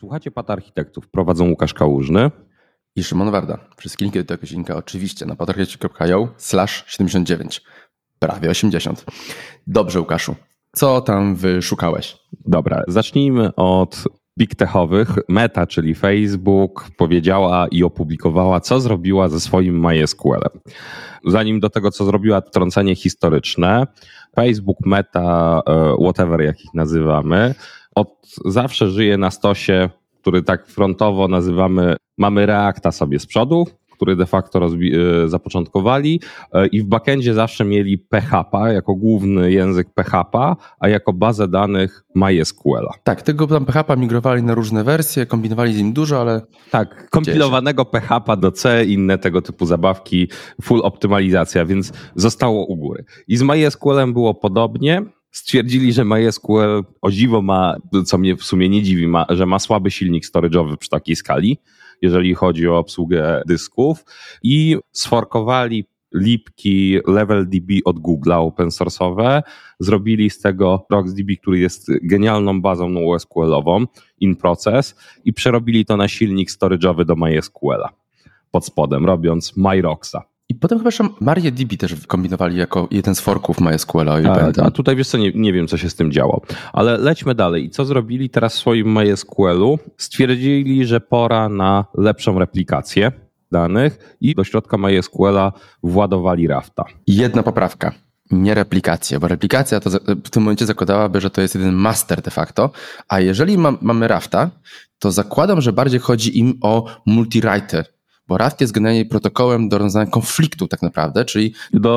Słuchacie Pat Architektów. Prowadzą Łukasz Kałużny i Szymon Warda. Wszystkie linki do tego odcinka oczywiście na patarchitekci.io/79. Prawie 80. Dobrze, Łukaszu. Co tam wyszukałeś? Dobra, zacznijmy od big techowych. Meta, czyli Facebook, powiedziała i opublikowała, co zrobiła ze swoim MySQL-em. Zanim do tego, co zrobiła, wtrącenie historyczne. Facebook, Meta, whatever jak ich nazywamy, od zawsze żyje na stosie, który tak frontowo nazywamy, mamy Reacta sobie z przodu, który de facto zapoczątkowali i w backendzie zawsze mieli PHP jako główny język PHP, a jako bazę danych MySQL-a. Tak, tego tam PHP migrowali na różne wersje, kombinowali z nim dużo, ale... Tak, kompilowanego PHP do C, inne tego typu zabawki, full optymalizacja, więc zostało u góry. I z MySQL-em było podobnie. Stwierdzili, że MySQL o dziwo ma, co mnie w sumie nie dziwi, że ma słaby silnik storage'owy przy takiej skali, jeżeli chodzi o obsługę dysków, i sforkowali lipki LevelDB od Google'a open source'owe, zrobili z tego RocksDB, który jest genialną bazą NoSQL-ową, in process, i przerobili to na silnik storage'owy do MySQL-a pod spodem, robiąc MyRocksa. I potem chyba jeszcze MariaDB też kombinowali jako jeden z forków MySQL-a. A tutaj wiesz co, nie wiem co się z tym działo. Ale lećmy dalej. I co zrobili teraz w swoim MySQL-u? Stwierdzili, że pora na lepszą replikację danych i do środka MySQL-a władowali Rafta. Jedna poprawka. Nie replikacja, bo replikacja to w tym momencie zakładałaby, że to jest jeden master de facto, a jeżeli mamy Rafta, to zakładam, że bardziej chodzi im o multi-write, bo Raft jest generalnie protokołem do rozwiązania konfliktu tak naprawdę, czyli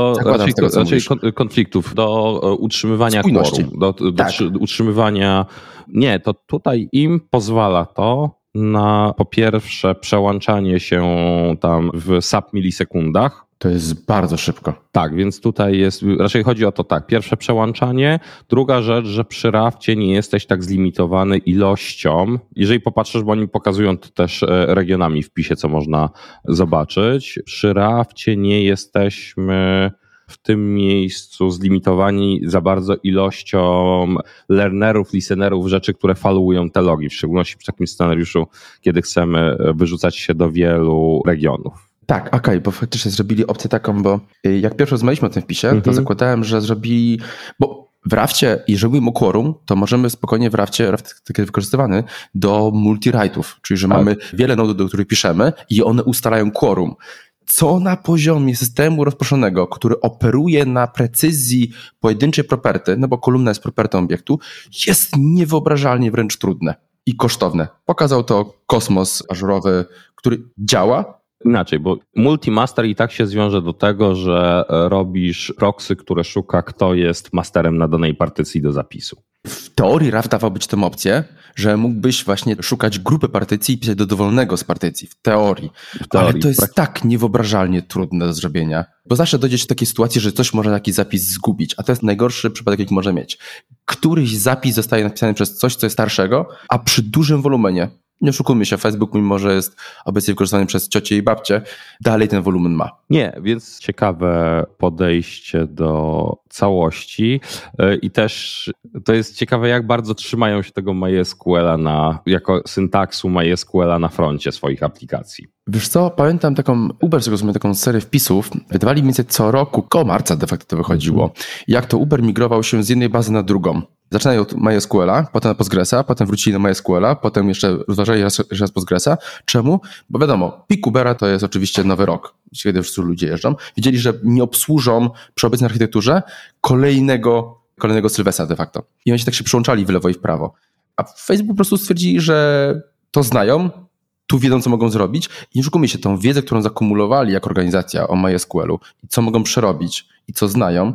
raczej konfliktów, do utrzymywania quorum, do utrzymywania... Nie, to tutaj im pozwala to na po pierwsze przełączanie się tam w submilisekundach. To jest bardzo szybko. Tak, więc tutaj jest, raczej chodzi o to tak, pierwsze przełączanie, druga rzecz, że przy Rafcie nie jesteś tak zlimitowany ilością, jeżeli popatrzysz, bo oni pokazują to też regionami w PiS-ie, co można zobaczyć, przy Rafcie nie jesteśmy w tym miejscu zlimitowani za bardzo ilością learnerów, listenerów, rzeczy, które followują te logi, w szczególności przy takim scenariuszu, kiedy chcemy wyrzucać się do wielu regionów. Tak, okej, bo faktycznie zrobili opcję taką, bo jak pierwszy rozmawialiśmy o tym wpisie, to zakładałem, że zrobili, bo w Rafcie, jeżeli mówimy o quorum, to możemy spokojnie w Rafcie, Raft jest wykorzystywany do multi-write'ów, czyli że mamy wiele nodów, do których piszemy i one ustalają quorum. Co na poziomie systemu rozproszonego, który operuje na precyzji pojedynczej property, no bo kolumna jest propertą obiektu, jest niewyobrażalnie wręcz trudne i kosztowne. Pokazał to Kosmos ażurowy, który działa. Inaczej, bo multi-master i tak się zwiąże do tego, że robisz proxy, które szuka, kto jest masterem na danej partycji do zapisu. W teorii Raft dawał być tę opcję, że mógłbyś właśnie szukać grupy partycji i pisać do dowolnego z partycji. W teorii. Ale to jest tak niewyobrażalnie trudne do zrobienia, bo zawsze dojdzie do takiej sytuacji, że coś może taki zapis zgubić, a to jest najgorszy przypadek, jaki może mieć. Któryś zapis zostaje napisany przez coś, co jest starszego, a przy dużym wolumenie. Nie oszukujmy się, Facebook, mimo że jest obecnie wykorzystany przez ciocie i babcie, dalej ten wolumen ma. Nie, więc ciekawe podejście do całości i też to jest ciekawe, jak bardzo trzymają się tego MySQL-a jako syntaksu MySQL-a na froncie swoich aplikacji. Wiesz co, pamiętam Uber zrozumiał taką serię wpisów, wydawali mniej więcej co roku, koło marca de facto to wychodziło, jak to Uber migrował się z jednej bazy na drugą. Zaczynają od MySQL-a, potem na Postgresa, potem wrócili na MySQL-a, potem jeszcze rozważali raz Postgresa. Czemu? Bo wiadomo, pik Ubera to jest oczywiście nowy rok, kiedy już ludzie jeżdżą. Wiedzieli, że nie obsłużą przy obecnej architekturze kolejnego Sylwestra de facto. I oni się tak się przyłączali w lewo i w prawo. A Facebook po prostu stwierdzili, że to znają, tu wiedzą, co mogą zrobić i nie szukamy się tą wiedzę, którą zakumulowali jako organizacja o MySQL-u i co mogą przerobić i co znają,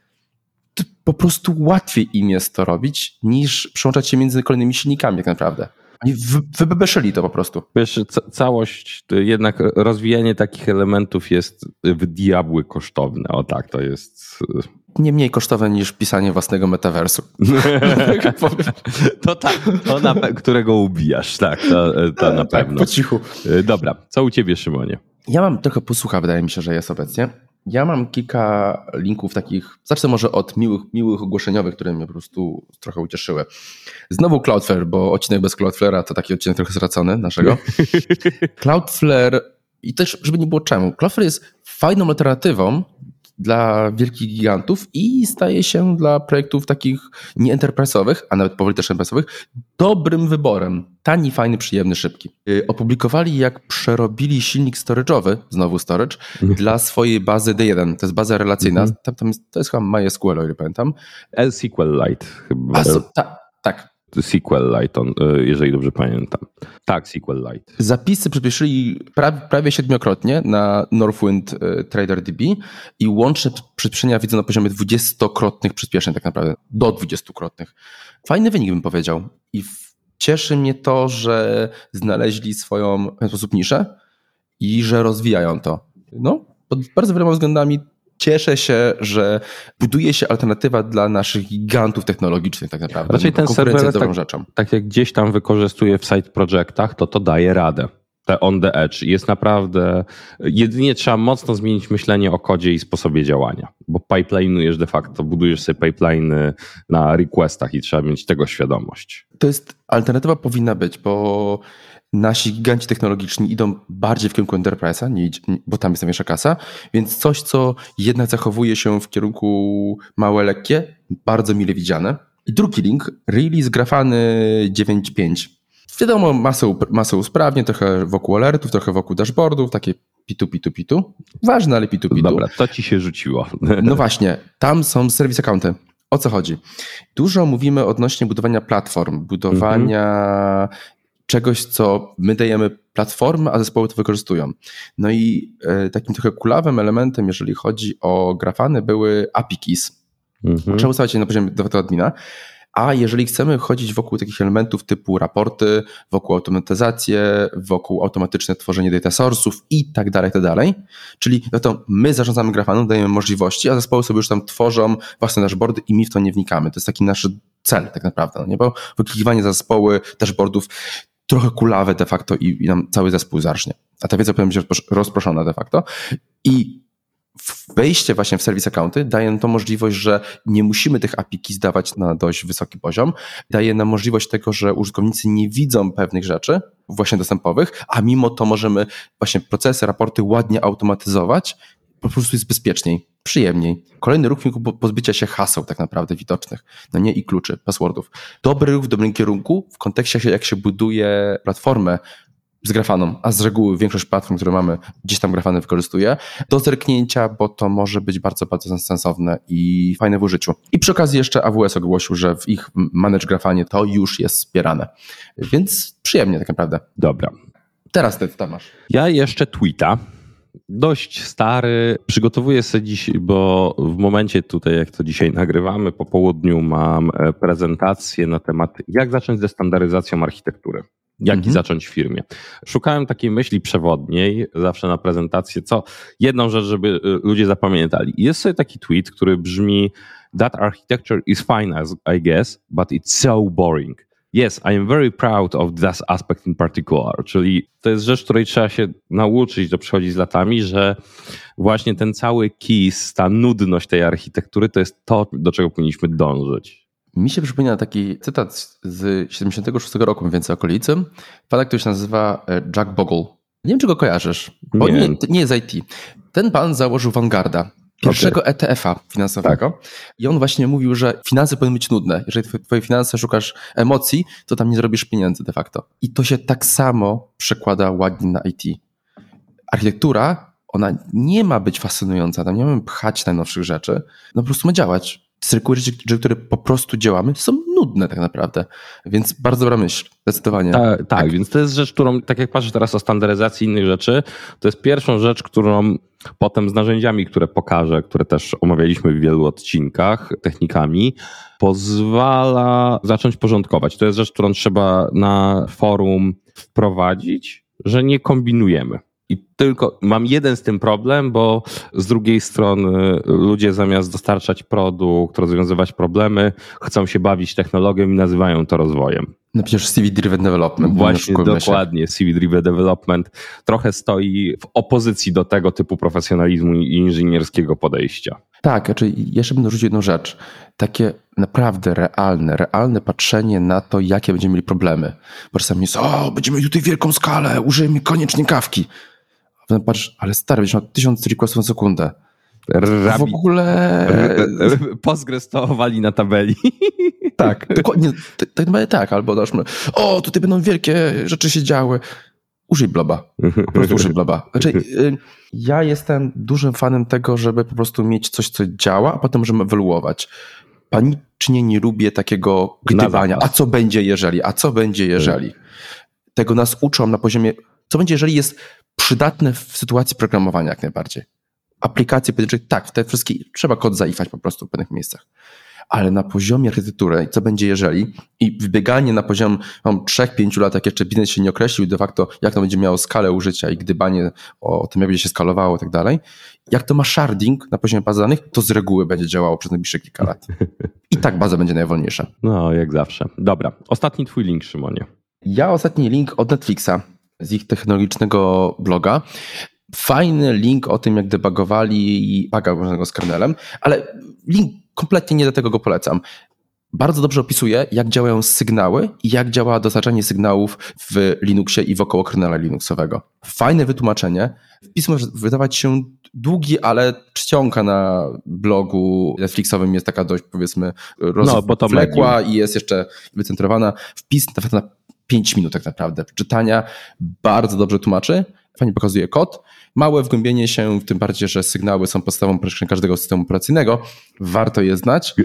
to po prostu łatwiej im jest to robić, niż przełączać się między kolejnymi silnikami tak naprawdę. Oni wybebeszyli to po prostu. Wiesz, całość, jednak rozwijanie takich elementów jest w diabły kosztowne. O tak, to jest... Nie mniej kosztowne niż pisanie własnego metaversu. To tak, którego ubijasz, tak, to na pewno. Po cichu. Dobra, co u ciebie, Szymonie? Ja mam trochę posłucha, wydaje mi się, że jest obecnie. Ja mam kilka linków takich, zacznę może od miłych ogłoszeniowych, które mnie po prostu trochę ucieszyły. Znowu Cloudflare, bo odcinek bez Cloudflare'a to taki odcinek trochę stracony naszego. Cloudflare, i też żeby nie było czemu, Cloudflare jest fajną alternatywą dla wielkich gigantów i staje się dla projektów takich nie enterprise'owych, a nawet powoli też enterprise'owych, dobrym wyborem. Tani, fajny, przyjemny, szybki. Opublikowali, jak przerobili silnik storage'owy, znowu storage, dla swojej bazy D1. To jest baza relacyjna. To jest chyba MySQL, o ile pamiętam. SQLite chyba. Tak. SQLite, jeżeli dobrze pamiętam. Tak, SQLite. Zapisy przyspieszyli prawie 7-krotnie na Northwind TraderDB i łączne przyspieszenia widzę na poziomie 20-krotnych przyspieszeń tak naprawdę, do 20-krotnych. Fajny wynik bym powiedział i cieszy mnie to, że znaleźli swoją w ten sposób niszę i że rozwijają to. No, pod bardzo wieloma względami cieszę się, że buduje się alternatywa dla naszych gigantów technologicznych tak naprawdę. Raczej ten serwer, rzeczą. Tak jak gdzieś tam wykorzystuje w side projectach, to daje radę. Te on the edge jest naprawdę, jedynie trzeba mocno zmienić myślenie o kodzie i sposobie działania, bo pipeline'ujesz de facto, budujesz sobie pipeline na requestach i trzeba mieć tego świadomość. To jest, alternatywa powinna być, bo nasi giganci technologiczni idą bardziej w kierunku enterprise'a, bo tam jest największa kasa, więc coś, co jednak zachowuje się w kierunku małe, lekkie, bardzo mile widziane. I drugi link, release Grafany 9.5. Wiadomo, masę usprawnień, trochę wokół alertów, trochę wokół dashboardów, takie pitu. Ważne, ale pitu. Dobra, to ci się rzuciło. No właśnie, tam są service accounty. O co chodzi? Dużo mówimy odnośnie budowania platform, budowania czegoś, co my dajemy platformy, a zespoły to wykorzystują. No i takim trochę kulawym elementem, jeżeli chodzi o Grafany, były API keys. Trzeba ustawiać je na poziomie admina. A jeżeli chcemy chodzić wokół takich elementów typu raporty, wokół automatyzację, wokół automatyczne tworzenie data source'ów i tak dalej, czyli no to my zarządzamy Grafaną, dajemy możliwości, a zespoły sobie już tam tworzą własne dashboardy i my w to nie wnikamy. To jest taki nasz cel tak naprawdę, no nie? Bo wyklikiwanie za zespoły dashboardów trochę kulawe de facto i nam cały zespół zacznie. A ta wiedza powinna być rozproszona de facto i wejście właśnie w service accounty daje nam to możliwość, że nie musimy tych API zdawać na dość wysoki poziom. Daje nam możliwość tego, że użytkownicy nie widzą pewnych rzeczy właśnie dostępowych, a mimo to możemy właśnie procesy, raporty ładnie automatyzować. Po prostu jest bezpieczniej, przyjemniej. Kolejny ruch pozbycia się haseł tak naprawdę widocznych, no nie i kluczy, passwordów. Dobry ruch w dobrym kierunku w kontekście jak się buduje platformę z Grafaną, a z reguły większość platform, które mamy, gdzieś tam Grafany wykorzystuje, do zerknięcia, bo to może być bardzo, bardzo sensowne i fajne w użyciu. I przy okazji jeszcze AWS ogłosił, że w ich Manage Grafanie to już jest wspierane. Więc przyjemnie tak naprawdę. Dobra. Teraz ty tam masz. Ja jeszcze tweeta. Dość stary. Przygotowuję sobie dziś, bo w momencie tutaj, jak to dzisiaj nagrywamy, po południu mam prezentację na temat, jak zacząć ze standaryzacją architektury. Jak i zacząć w firmie. Szukałem takiej myśli przewodniej zawsze na prezentację, jedną rzecz, żeby ludzie zapamiętali. Jest sobie taki tweet, który brzmi: That architecture is fine, I guess, but it's so boring. Yes, I am very proud of this aspect in particular. Czyli to jest rzecz, której trzeba się nauczyć, to przychodzi z latami, że właśnie ten cały KISS, ta nudność tej architektury, to jest to, do czego powinniśmy dążyć. Mi się przypomina taki cytat z 76 roku, mniej więcej okolicy. Pan, który się nazywa Jack Bogle. Nie wiem, czy go kojarzysz. Bo nie jest IT. Ten pan założył Vanguarda, pierwszego ETF-a finansowego. Tak. I on właśnie mówił, że finanse powinny być nudne. Jeżeli twoje finanse szukasz emocji, to tam nie zrobisz pieniędzy de facto. I to się tak samo przekłada ładnie na IT. Architektura, ona nie ma być fascynująca, tam nie mamy pchać najnowszych rzeczy. No po prostu ma działać. Z reguły rzeczy, które po prostu działamy, są nudne tak naprawdę. Więc bardzo dobra myśl, zdecydowanie. Tak, więc to jest rzecz, którą, tak jak patrzę teraz o standaryzacji innych rzeczy, to jest pierwszą rzecz, którą potem z narzędziami, które pokażę, które też omawialiśmy w wielu odcinkach, technikami, pozwala zacząć porządkować. To jest rzecz, którą trzeba na forum wprowadzić, że nie kombinujemy. I tylko mam jeden z tym problem, bo z drugiej strony ludzie zamiast dostarczać produkt, rozwiązywać problemy, chcą się bawić technologią i nazywają to rozwojem. Napiszesz CV-driven development. Właśnie, dokładnie. CV-driven development trochę stoi w opozycji do tego typu profesjonalizmu i inżynierskiego podejścia. Tak, znaczy jeszcze bym dorzucił jedną rzecz. Takie naprawdę realne patrzenie na to, jakie będziemy mieli problemy. Bo czasami jest, będziemy mieli tutaj wielką skalę, użyjmy koniecznie kawki. A potem patrz, ale stary, będziesz miał 1000 requestów na sekundę. W ogóle... Postgres to wali na tabeli. Tak, dokładnie, tak. Albo daszmy, tutaj będą wielkie rzeczy się działy. Użyj bloba. Po prostu użyj bloba. Znaczy, ja jestem dużym fanem tego, żeby po prostu mieć coś, co działa, a potem możemy ewaluować. Panicznie nie lubię takiego gdybania. A co będzie jeżeli? Tego nas uczą na poziomie, co będzie jeżeli jest przydatne w sytuacji programowania jak najbardziej. Aplikacje pojedyncze, tak, te wszystkie trzeba kod zaifać po prostu w pewnych miejscach. Ale na poziomie architektury, co będzie jeżeli, i wybieganie na poziom 3-5 lat, jak jeszcze biznes się nie określił de facto, jak to będzie miało skalę użycia i gdybanie o tym, jak będzie się skalowało i tak dalej, jak to ma sharding na poziomie baz danych, to z reguły będzie działało przez najbliższe kilka lat. I tak baza będzie najwolniejsza. No, jak zawsze. Dobra, ostatni twój link, Szymonie. Ja ostatni link od Netflixa, z ich technologicznego bloga. Fajny link o tym, jak debugowali i bug'a z kernelem, ale link kompletnie nie do tego go polecam. Bardzo dobrze opisuje, jak działają sygnały i jak działa dostarczanie sygnałów w Linuxie i wokoło kernela Linuxowego. Fajne wytłumaczenie. Wpis może wydawać się długi, ale czcionka na blogu Netflixowym jest taka dość, powiedzmy, rozwlekła i jest jeszcze wycentrowana. Wpis na 5 minut tak naprawdę czytania. Bardzo dobrze tłumaczy. Fajnie pokazuje kod. Małe wgłębienie się, tym bardziej, że sygnały są podstawą praktycznie każdego systemu operacyjnego. Warto je znać.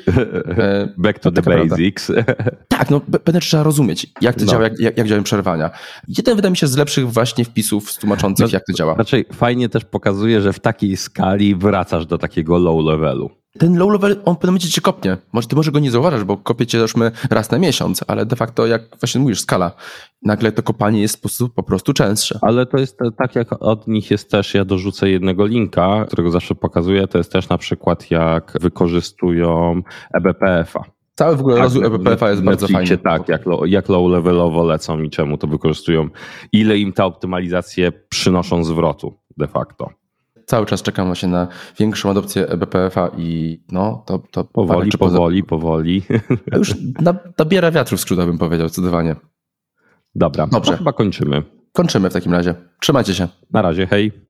Back to the basics. Tak, pewnie trzeba rozumieć, jak to działa, jak działają przerwania. Jeden wydaje mi się z lepszych właśnie wpisów tłumaczących, jak to działa. Raczej fajnie też pokazuje, że w takiej skali wracasz do takiego low levelu. Ten low level, on pewnie będzie cię kopnie. Ty może go nie zauważasz, bo kopie cię już raz na miesiąc, ale de facto, jak właśnie mówisz, skala. Nagle to kopanie jest po prostu częstsze. Ale to jest tak, jak od nich jest też, ja dorzucę jednego linka, którego zawsze pokazuję, to jest też na przykład, jak wykorzystują eBPF-a. Cały w ogóle rozwój eBPF-a jest bardzo fajny. Tak, jak low-levelowo lecą i czemu to wykorzystują, ile im te optymalizacje przynoszą zwrotu de facto. Cały czas czekam właśnie na większą adopcję eBPF-a i to powoli. Już nabiera wiatru w skrzydłach, bym powiedział, zdecydowanie. Dobra, dobrze. Chyba kończymy. Kończymy w takim razie. Trzymajcie się. Na razie, hej.